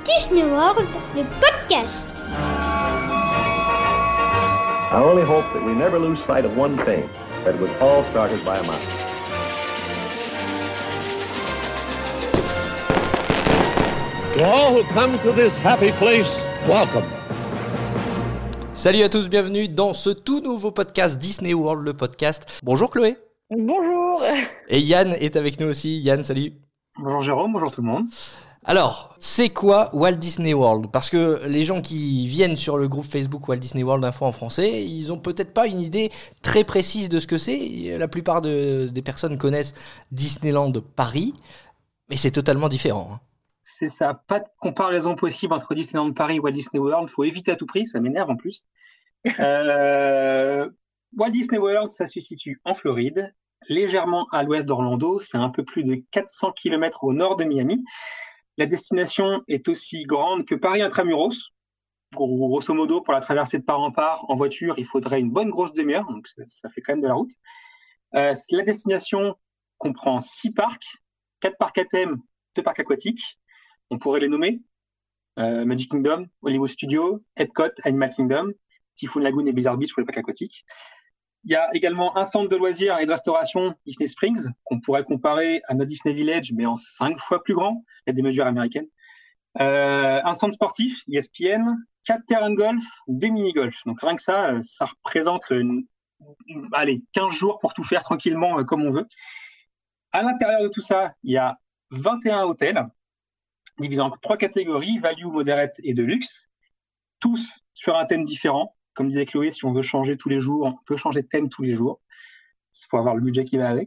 Disney World, le podcast. I only hope that we never lose sight of one thing, that it was all started by a mouse. To all who come to this happy place, welcome. Salut à tous, bienvenue dans ce tout nouveau podcast Disney World, le podcast. Bonjour Chloé. Bonjour. Et Yann est avec nous aussi. Yann, salut. Bonjour Jérôme, bonjour tout le monde. Alors, c'est quoi Walt Disney World ? Parce que les gens qui viennent sur le groupe Facebook Walt Disney World Info en français, ils ont peut-être pas une idée très précise de ce que c'est. La plupart des personnes connaissent Disneyland Paris, mais c'est totalement différent. C'est ça, pas de comparaison possible entre Disneyland Paris et Walt Disney World, il faut éviter à tout prix, ça m'énerve en plus. Walt Disney World, ça se situe en Floride, légèrement à l'ouest d'Orlando, c'est un peu plus de 400 km au nord de Miami. La destination est aussi grande que Paris Intramuros. Grosso modo, pour la traverser de part en part, en voiture, il faudrait une bonne grosse demi-heure, donc ça fait quand même de la route. La destination comprend 6 parcs, 4 parcs à thème, 2 parcs aquatiques. On pourrait les nommer Magic Kingdom, Hollywood Studios, Epcot, Animal Kingdom, Typhoon Lagoon et Blizzard Beach pour les parcs aquatiques. Il y a également un centre de loisirs et de restauration, Disney Springs, qu'on pourrait comparer à notre Disney Village, mais en 5 fois plus grand. Il y a des mesures américaines. Un centre sportif, ESPN, 4 terrains de golf, 2 mini-golf. Donc rien que ça représente 15 jours pour tout faire tranquillement comme on veut. À l'intérieur de tout ça, il y a 21 hôtels, divisés en 3 catégories, value, moderate et de luxe, tous sur un thème différent. Comme disait Chloé, si on veut changer tous les jours, on peut changer de thème tous les jours. Il faut avoir le budget qui va avec.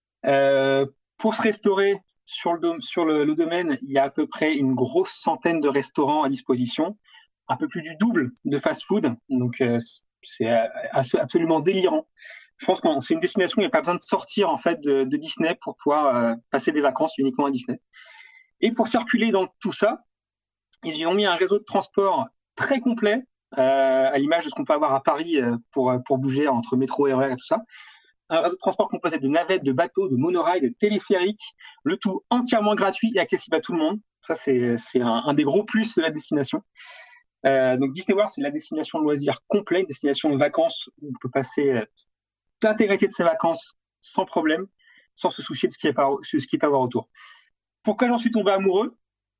Pour se restaurer sur le domaine, il y a à peu près une grosse centaine de restaurants à disposition, un peu plus du double de fast-food. Donc c'est absolument délirant. Je pense que c'est une destination où il n'y a pas besoin de sortir en fait de Disney pour pouvoir passer des vacances uniquement à Disney. Et pour circuler dans tout ça, ils ont mis un réseau de transport très complet, à l'image de ce qu'on peut avoir à Paris pour bouger entre métro, RER et tout ça. Un réseau de transport composé de navettes, de bateaux, de monorails, de téléphériques, le tout entièrement gratuit et accessible à tout le monde. Ça, c'est un des gros plus de la destination. Donc Disney World, c'est la destination de loisirs complète, une destination de vacances où on peut passer l'intégralité de ses vacances sans problème, sans se soucier de ce qu'il peut avoir autour. Pourquoi j'en suis tombé amoureux ?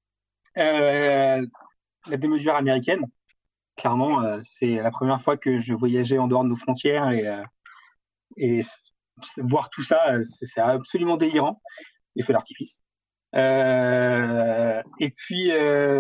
La démesure américaine. Clairement, c'est la première fois que je voyageais en dehors de nos frontières et voir tout ça, c'est absolument délirant, les feux d'artifice. Et puis,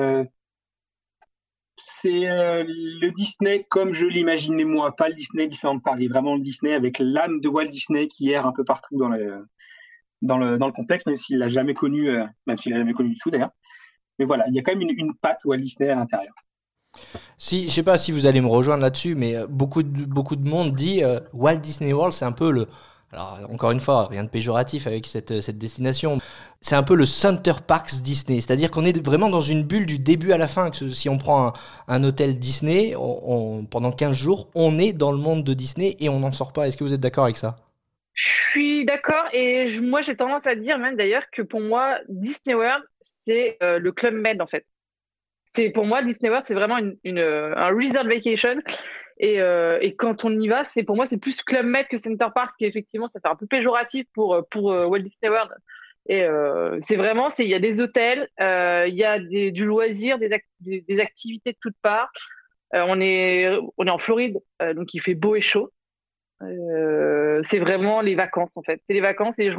c'est le Disney comme je l'imaginais moi, pas le Disneyland Paris, vraiment le Disney avec l'âme de Walt Disney qui erre un peu partout dans le complexe, même s'il l'a jamais connu du tout d'ailleurs. Mais voilà, il y a quand même une patte Walt Disney à l'intérieur. Si, je sais pas si vous allez me rejoindre là-dessus, mais beaucoup de monde dit Walt Disney World, c'est un peu le... Alors, encore une fois, rien de péjoratif avec cette destination. C'est un peu le Center Parcs Disney. C'est-à-dire qu'on est vraiment dans une bulle du début à la fin. Que si on prend un hôtel Disney, pendant 15 jours, on est dans le monde de Disney et on n'en sort pas. Est-ce que vous êtes d'accord avec ça ? Je suis d'accord et moi j'ai tendance à dire même d'ailleurs que pour moi Disney World c'est le Club Med en fait. Pour moi Disney World c'est vraiment un resort vacation et quand on y va pour moi c'est plus Club Med que Center Parcs qui effectivement ça fait un peu péjoratif pour Walt Disney World et c'est vraiment il y a des hôtels, il y a du loisir, des activités de toutes parts. On est en Floride donc il fait beau et chaud. C'est vraiment les vacances en fait. C'est les vacances et je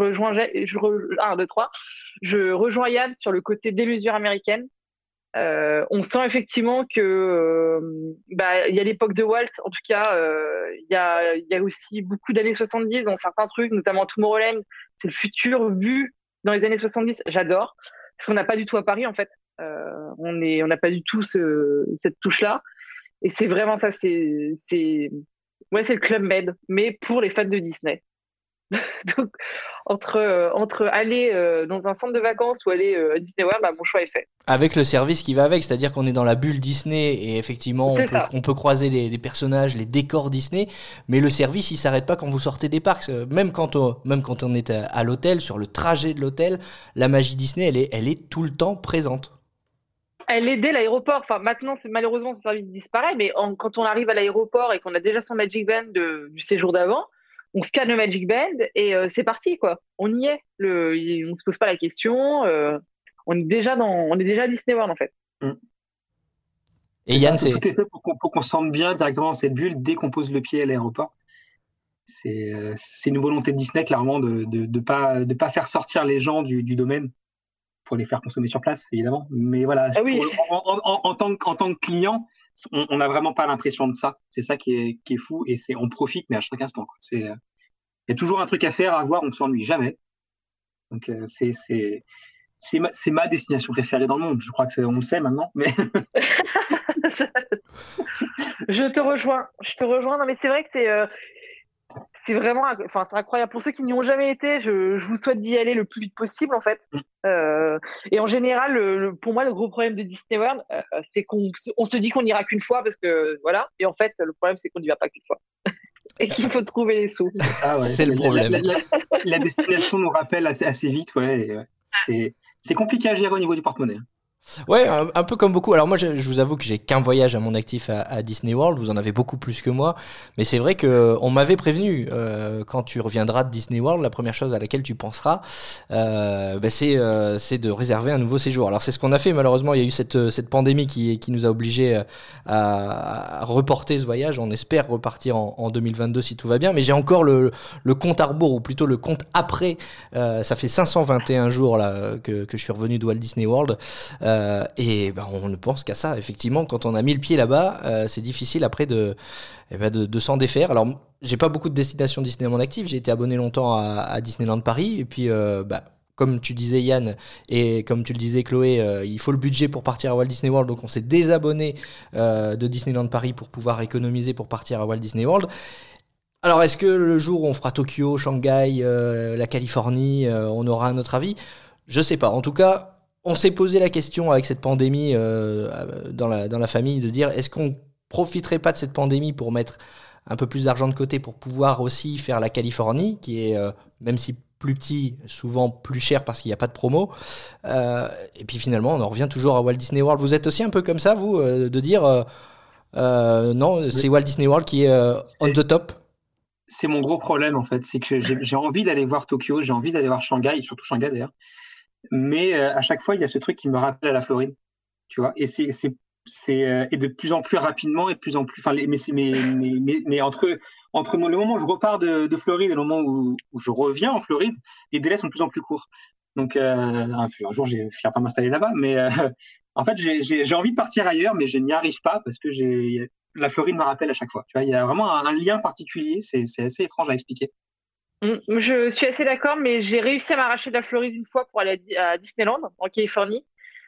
rejoins Yann sur le côté des mesures américaines. On sent effectivement que il y a l'époque de Walt, en tout cas il y a aussi beaucoup d'années 70 dans certains trucs, notamment Tomorrowland, c'est le futur vu dans les années 70, j'adore parce qu'on n'a pas du tout à Paris en fait. On n'a pas du tout cette touche là et c'est vraiment ça, c'est le Club Med mais pour les fans de Disney. Donc entre aller dans un centre de vacances ou aller à Disney World, mon choix est fait. Avec le service qui va avec, c'est-à-dire qu'on est dans la bulle Disney et effectivement on peut croiser les personnages, les décors Disney, mais le service il s'arrête pas quand vous sortez des parcs. Même quand on est à l'hôtel, sur le trajet de l'hôtel, la magie Disney elle est tout le temps présente. Elle aidait l'aéroport. Enfin, maintenant, malheureusement, ce service disparaît, mais quand on arrive à l'aéroport et qu'on a déjà son Magic Band du séjour d'avant, on scanne le Magic Band et c'est parti, quoi. On y est. On se pose pas la question. On est déjà à Disney World, en fait. Et Yann, c'est tout est fait pour qu'on se sente bien directement dans cette bulle dès qu'on pose le pied à l'aéroport. C'est une volonté de Disney, clairement, de pas faire sortir les gens du domaine pour les faire consommer sur place, évidemment. Mais voilà, oui. en tant que client, on n'a vraiment pas l'impression de ça. C'est ça qui est fou, et on profite, mais à chaque instant, quoi. Il y a toujours un truc à faire, à voir, on ne s'ennuie jamais. Donc, c'est ma destination préférée dans le monde. Je crois on le sait maintenant, mais... Je te rejoins. Non, mais c'est vrai que c'est vraiment, enfin, c'est incroyable. Pour ceux qui n'y ont jamais été, je vous souhaite d'y aller le plus vite possible, en fait. Et en général, pour moi, le gros problème de Disney World, c'est qu'on se dit qu'on n'ira qu'une fois parce que voilà. Et en fait, le problème, c'est qu'on n'y va pas qu'une fois. Et qu'il faut trouver les sous. C'est le problème. La destination nous rappelle assez vite, ouais. C'est compliqué à gérer au niveau du porte-monnaie. Ouais, un peu comme beaucoup. Alors moi, je vous avoue que j'ai qu'un voyage à mon actif à Disney World. Vous en avez beaucoup plus que moi, mais c'est vrai que on m'avait prévenu quand tu reviendras de Disney World, la première chose à laquelle tu penseras, c'est de réserver un nouveau séjour. Alors c'est ce qu'on a fait. Malheureusement, il y a eu cette pandémie qui nous a obligés à reporter ce voyage. On espère repartir en 2022 si tout va bien. Mais j'ai encore le compte à rebours, ou plutôt le compte après. Ça fait 521 jours là que je suis revenu de Walt Disney World. On ne pense qu'à ça. Effectivement, quand on a mis le pied là-bas, c'est difficile après de s'en défaire. Alors, j'ai pas beaucoup de destinations Disney à mon actif. J'ai été abonné longtemps à Disneyland Paris. Et puis, comme tu disais Yann, et comme tu le disais Chloé, il faut le budget pour partir à Walt Disney World. Donc, on s'est désabonné de Disneyland Paris pour pouvoir économiser pour partir à Walt Disney World. Alors, est-ce que le jour où on fera Tokyo, Shanghai, la Californie, on aura un autre avis ? Je sais pas. En tout cas, on s'est posé la question avec cette pandémie dans la famille de dire est-ce qu'on profiterait pas de cette pandémie pour mettre un peu plus d'argent de côté pour pouvoir aussi faire la Californie qui est même si plus petit, souvent plus cher parce qu'il n'y a pas de promo. Et puis finalement, on en revient toujours à Walt Disney World. Vous êtes aussi un peu comme ça, vous, de dire non, c'est Walt Disney World qui est on the top. C'est mon gros problème en fait, c'est que j'ai envie d'aller voir Tokyo, j'ai envie d'aller voir Shanghai, surtout Shanghai d'ailleurs. Mais à chaque fois, il y a ce truc qui me rappelle à la Floride, tu vois. Et c'est et de plus en plus rapidement et de plus en plus. Enfin, mais entre le moment où je repars de Floride et le moment où je reviens en Floride, les délais sont de plus en plus courts. Donc un jour, je vais finir par m'installer là-bas. Mais en fait, j'ai envie de partir ailleurs, mais je n'y arrive pas parce que la Floride me rappelle à chaque fois. Tu vois, il y a vraiment un lien particulier. C'est assez étrange à expliquer. Je suis assez d'accord, mais j'ai réussi à m'arracher de la Floride une fois pour aller à Disneyland, en Californie.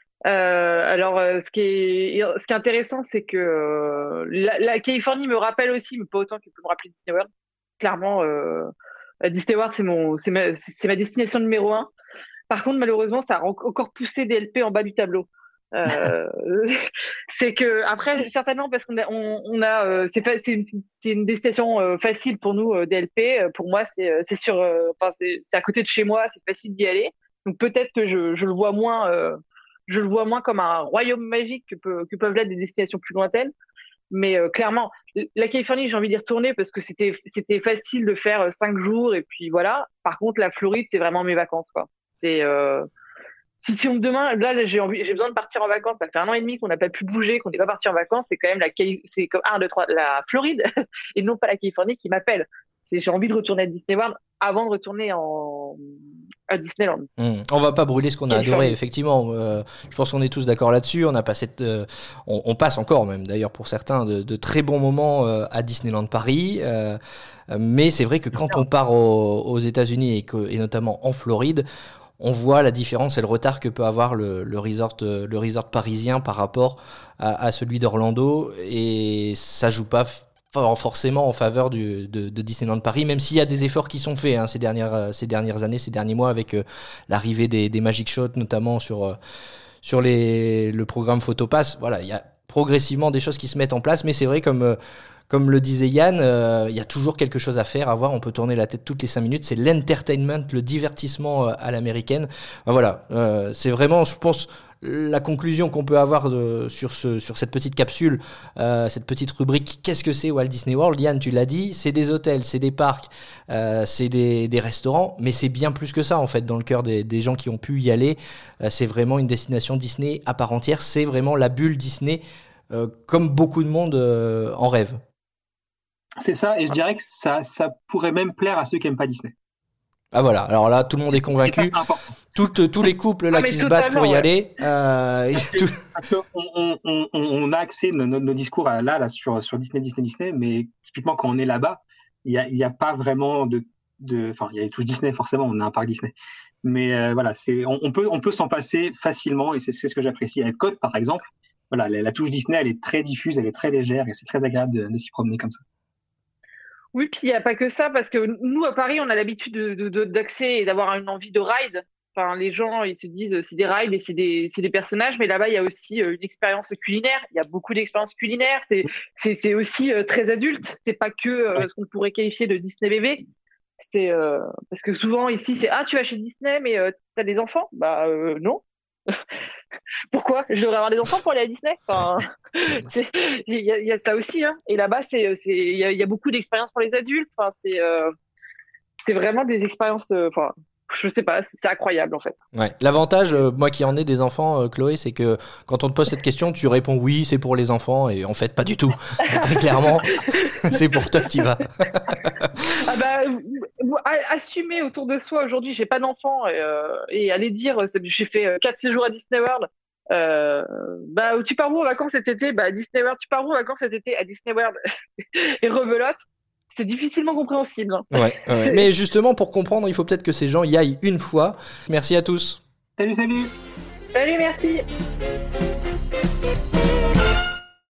Ce qui est intéressant, c'est que la Californie me rappelle aussi, mais pas autant qu'elle peut me rappeler Disney World. Clairement, Disney World, c'est ma destination numéro 1. Par contre, malheureusement, ça a encore poussé DLP en bas du tableau. C'est que après certainement parce c'est une destination facile pour nous DLP. Pour moi c'est à côté de chez moi, c'est facile d'y aller. Donc peut-être que je le vois moins comme un royaume magique que peuvent l'être des destinations plus lointaines. Mais clairement, la Californie, j'ai envie d'y retourner parce que c'était facile de faire 5 jours et puis voilà. Par contre, la Floride, c'est vraiment mes vacances, quoi. Si on demain, là, j'ai besoin de partir en vacances. Ça fait 1 an et demi qu'on n'a pas pu bouger, qu'on n'est pas parti en vacances. C'est quand même c'est comme 1, 2, 3, la Floride et non pas la Californie qui m'appelle. J'ai envie de retourner à Disney World avant de retourner à Disneyland. On va pas brûler ce qu'on a adoré, effectivement. Je pense qu'on est tous d'accord là-dessus. On a passé, on passe encore même, d'ailleurs pour certains, de très bons moments à Disneyland Paris. Mais c'est vrai que quand on part aux États-Unis et notamment en Floride, on voit la différence et le retard que peut avoir le resort parisien par rapport à celui d'Orlando, et ça joue pas forcément en faveur de Disneyland Paris, même s'il y a des efforts qui sont faits ces dernières années, ces derniers mois, avec l'arrivée des Magic Shots, notamment sur le programme PhotoPass. Voilà, il y a progressivement des choses qui se mettent en place, mais c'est vrai comme comme le disait Yann, il y a toujours quelque chose à faire, à voir. On peut tourner la tête toutes les 5 minutes. C'est l'entertainment, le divertissement à l'américaine. Voilà, c'est vraiment, je pense, la conclusion qu'on peut avoir sur cette petite capsule, cette petite rubrique. Qu'est-ce que c'est Walt Disney World? Yann, tu l'as dit, c'est des hôtels, c'est des parcs, c'est des restaurants, mais c'est bien plus que ça en fait dans le cœur des gens qui ont pu y aller. C'est vraiment une destination Disney à part entière. C'est vraiment la bulle Disney, comme beaucoup de monde en rêve. C'est ça, et je dirais que ça pourrait même plaire à ceux qui n'aiment pas Disney. Ah voilà, alors là tout le monde est convaincu. Tous les couples là qui se battent pour y aller. Parce qu'on a axé nos discours là sur Disney, mais typiquement quand on est là-bas, il y a pas vraiment enfin il y a les touches Disney forcément, on a un parc Disney. Mais voilà, on peut s'en passer facilement et c'est ce que j'apprécie à Epcot par exemple. Voilà, la touche Disney elle est très diffuse, elle est très légère et c'est très agréable de s'y promener comme ça. Oui, puis il n'y a pas que ça, parce que nous, à Paris, on a l'habitude d'accès et d'avoir une envie de ride. Enfin, les gens, ils se disent, c'est des rides et c'est des personnages, mais là-bas, il y a aussi une expérience culinaire. Il y a beaucoup d'expériences culinaires. C'est aussi très adulte. C'est pas que ce qu'on pourrait qualifier de Disney bébé. C'est parce que souvent ici, c'est tu vas chez Disney, mais t'as des enfants? Bah non. Pourquoi je devrais avoir des enfants pour aller à Disney? Enfin, il y a ça aussi, hein. Et là-bas, il y a beaucoup d'expériences pour les adultes. Enfin, c'est vraiment des expériences. Enfin, je sais pas, c'est incroyable en fait. Ouais. L'avantage, moi qui en ai des enfants, Chloé, c'est que quand on te pose cette question, tu réponds oui, c'est pour les enfants, et en fait pas du tout. Très clairement, c'est pour toi que tu y vas. Assumer autour de soi aujourd'hui, j'ai pas d'enfant et aller dire j'ai fait 4 séjours à Disney World. Tu pars où en vacances cet été? Disney World. Tu pars où en vacances cet été? À Disney World. Et rebelote. C'est difficilement compréhensible. Ouais. Mais justement, pour comprendre, il faut peut-être que ces gens y aillent une fois. Merci à tous. Salut. Salut, merci.